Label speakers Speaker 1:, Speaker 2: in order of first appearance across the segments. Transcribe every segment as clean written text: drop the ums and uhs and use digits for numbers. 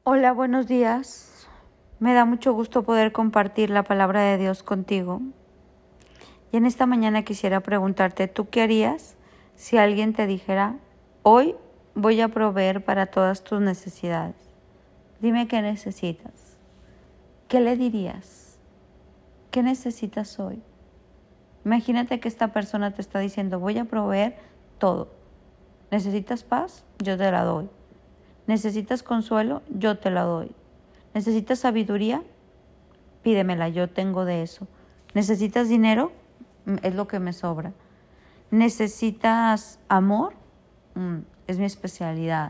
Speaker 1: Hola, buenos días. Me da mucho gusto poder compartir la palabra de Dios contigo. Y en esta mañana quisiera preguntarte, ¿tú qué harías si alguien te dijera, hoy voy a proveer para todas tus necesidades? Dime qué necesitas. ¿Qué le dirías? ¿Qué necesitas hoy? Imagínate que esta persona te está diciendo, voy a proveer todo. ¿Necesitas paz? Yo te la doy. ¿Necesitas consuelo? Yo te la doy. ¿Necesitas sabiduría? Pídemela, yo tengo de eso. ¿Necesitas dinero? Es lo que me sobra. ¿Necesitas amor? Es mi especialidad.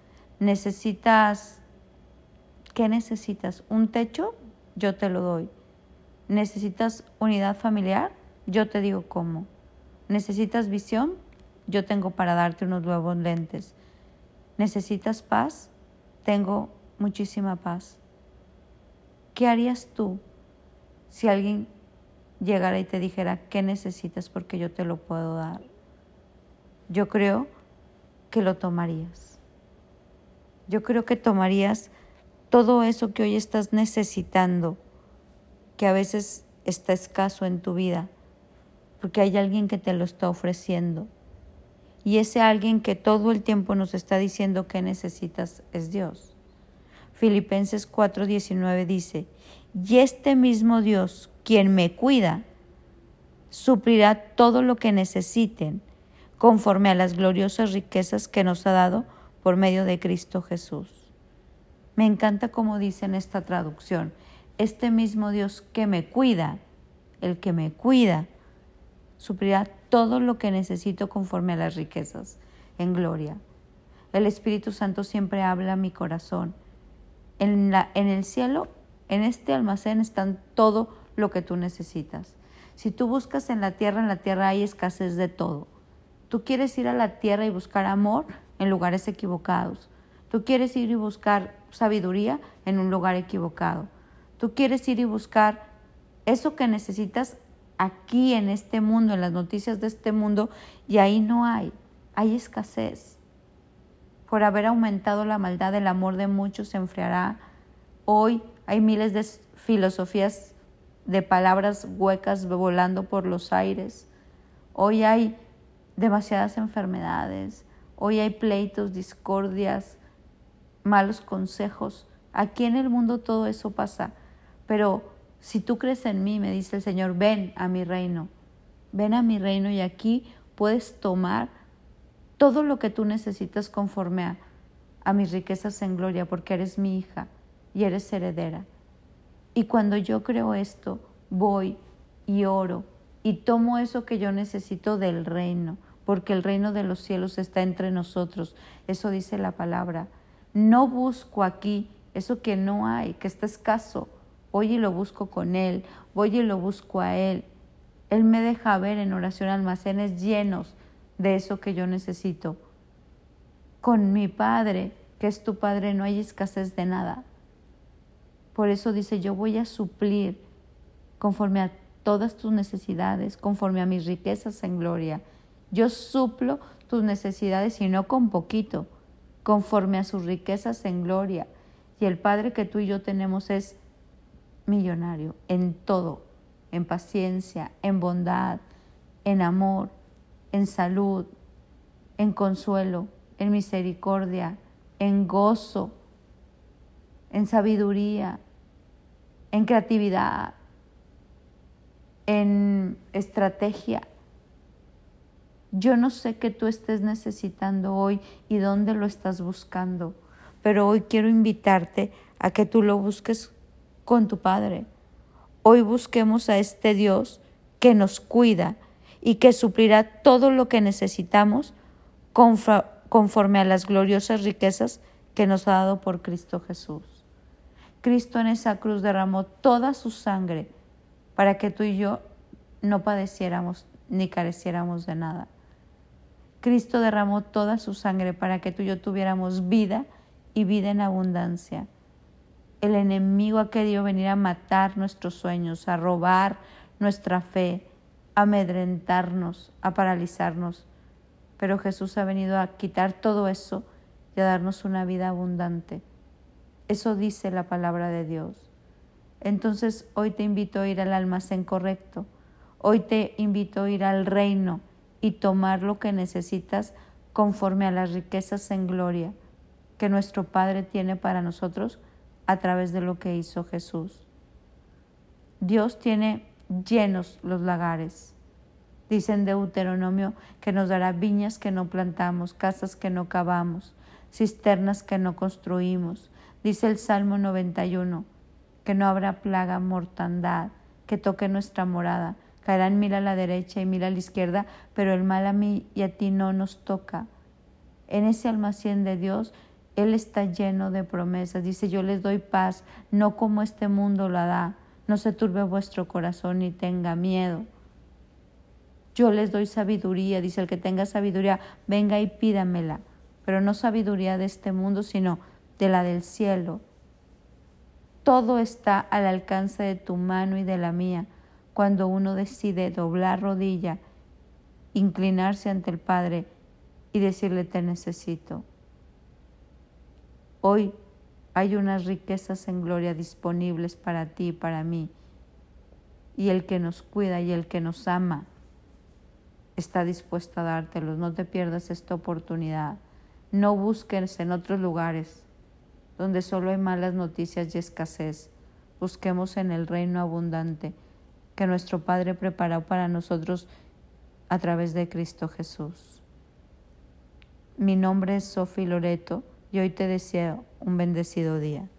Speaker 1: ¿Necesitas? ¿Qué necesitas? ¿Un techo? Yo te lo doy. ¿Necesitas unidad familiar? Yo te digo cómo. ¿Necesitas visión? Yo tengo para darte unos nuevos lentes. ¿Necesitas paz? Tengo muchísima paz. ¿Qué harías tú si alguien llegara y te dijera qué necesitas porque yo te lo puedo dar? Yo creo que lo tomarías. Yo creo que tomarías todo eso que hoy estás necesitando, que a veces está escaso en tu vida, porque hay alguien que te lo está ofreciendo. Y ese alguien que todo el tiempo nos está diciendo que necesitas es Dios. Filipenses 4:19 dice, y este mismo Dios, quien me cuida, suplirá todo lo que necesiten, conforme a las gloriosas riquezas que nos ha dado por medio de Cristo Jesús. Me encanta como dice en esta traducción, este mismo Dios que me cuida, el que me cuida, suplirá todo lo que necesito conforme a las riquezas en gloria. El Espíritu Santo siempre habla a mi corazón. En el cielo, en este almacén están todo lo que tú necesitas. Si tú buscas en la tierra hay escasez de todo. Tú quieres ir a la tierra y buscar amor en lugares equivocados. Tú quieres ir y buscar sabiduría en un lugar equivocado. Tú quieres ir y buscar eso que necesitas aquí en este mundo, en las noticias de este mundo, y ahí no hay escasez. Por haber aumentado la maldad, el amor de muchos se enfriará. Hoy hay miles de filosofías de palabras huecas volando por los aires. Hoy hay demasiadas enfermedades. Hoy hay pleitos, discordias, malos consejos. Aquí en el mundo todo eso pasa. Pero si tú crees en mí, me dice el Señor, ven a mi reino. Ven a mi reino y aquí puedes tomar todo lo que tú necesitas conforme a mis riquezas en gloria, porque eres mi hija y eres heredera. Y cuando yo creo esto, voy y oro y tomo eso que yo necesito del reino, porque el reino de los cielos está entre nosotros. Eso dice la palabra. No busco aquí eso que no hay, que está escaso. Voy y lo busco con Él, voy y lo busco a Él. Él me deja ver en oración almacenes llenos de eso que yo necesito. Con mi Padre, que es tu Padre, no hay escasez de nada. Por eso dice, yo voy a suplir conforme a todas tus necesidades, conforme a mis riquezas en gloria. Yo suplo tus necesidades y no con poquito, conforme a sus riquezas en gloria. Y el Padre que tú y yo tenemos es millonario en todo, en paciencia, en bondad, en amor, en salud, en consuelo, en misericordia, en gozo, en sabiduría, en creatividad, en estrategia. Yo no sé qué tú estés necesitando hoy y dónde lo estás buscando, pero hoy quiero invitarte a que tú lo busques con tu Padre. Hoy busquemos a este Dios que nos cuida y que suplirá todo lo que necesitamos conforme a las gloriosas riquezas que nos ha dado por Cristo Jesús. Cristo en esa cruz derramó toda su sangre para que tú y yo no padeciéramos ni careciéramos de nada. Cristo derramó toda su sangre para que tú y yo tuviéramos vida y vida en abundancia. El enemigo ha querido venir a matar nuestros sueños, a robar nuestra fe, a amedrentarnos, a paralizarnos. Pero Jesús ha venido a quitar todo eso y a darnos una vida abundante. Eso dice la palabra de Dios. Entonces hoy te invito a ir al almacén correcto. Hoy te invito a ir al reino y tomar lo que necesitas conforme a las riquezas en gloria que nuestro Padre tiene para nosotros a través de lo que hizo Jesús. Dios tiene llenos los lagares. Dice en Deuteronomio que nos dará viñas que no plantamos, casas que no cavamos, cisternas que no construimos. Dice el Salmo 91 que no habrá plaga, mortandad que toque nuestra morada. Caerán 1000 a la derecha y 1000 a la izquierda, pero el mal a mí y a ti no nos toca. En ese almacén de Dios, Él está lleno de promesas. Dice, yo les doy paz, no como este mundo la da. No se turbe vuestro corazón ni tenga miedo. Yo les doy sabiduría. Dice, el que tenga sabiduría, venga y pídamela. Pero no sabiduría de este mundo, sino de la del cielo. Todo está al alcance de tu mano y de la mía. Cuando uno decide doblar rodilla, inclinarse ante el Padre y decirle, te necesito. Hoy hay unas riquezas en gloria disponibles para ti y para mí. Y el que nos cuida y el que nos ama está dispuesto a dártelos. No te pierdas esta oportunidad. No busques en otros lugares donde solo hay malas noticias y escasez. Busquemos en el reino abundante que nuestro Padre preparó para nosotros a través de Cristo Jesús. Mi nombre es Sofi Loreto y hoy te deseo un bendecido día.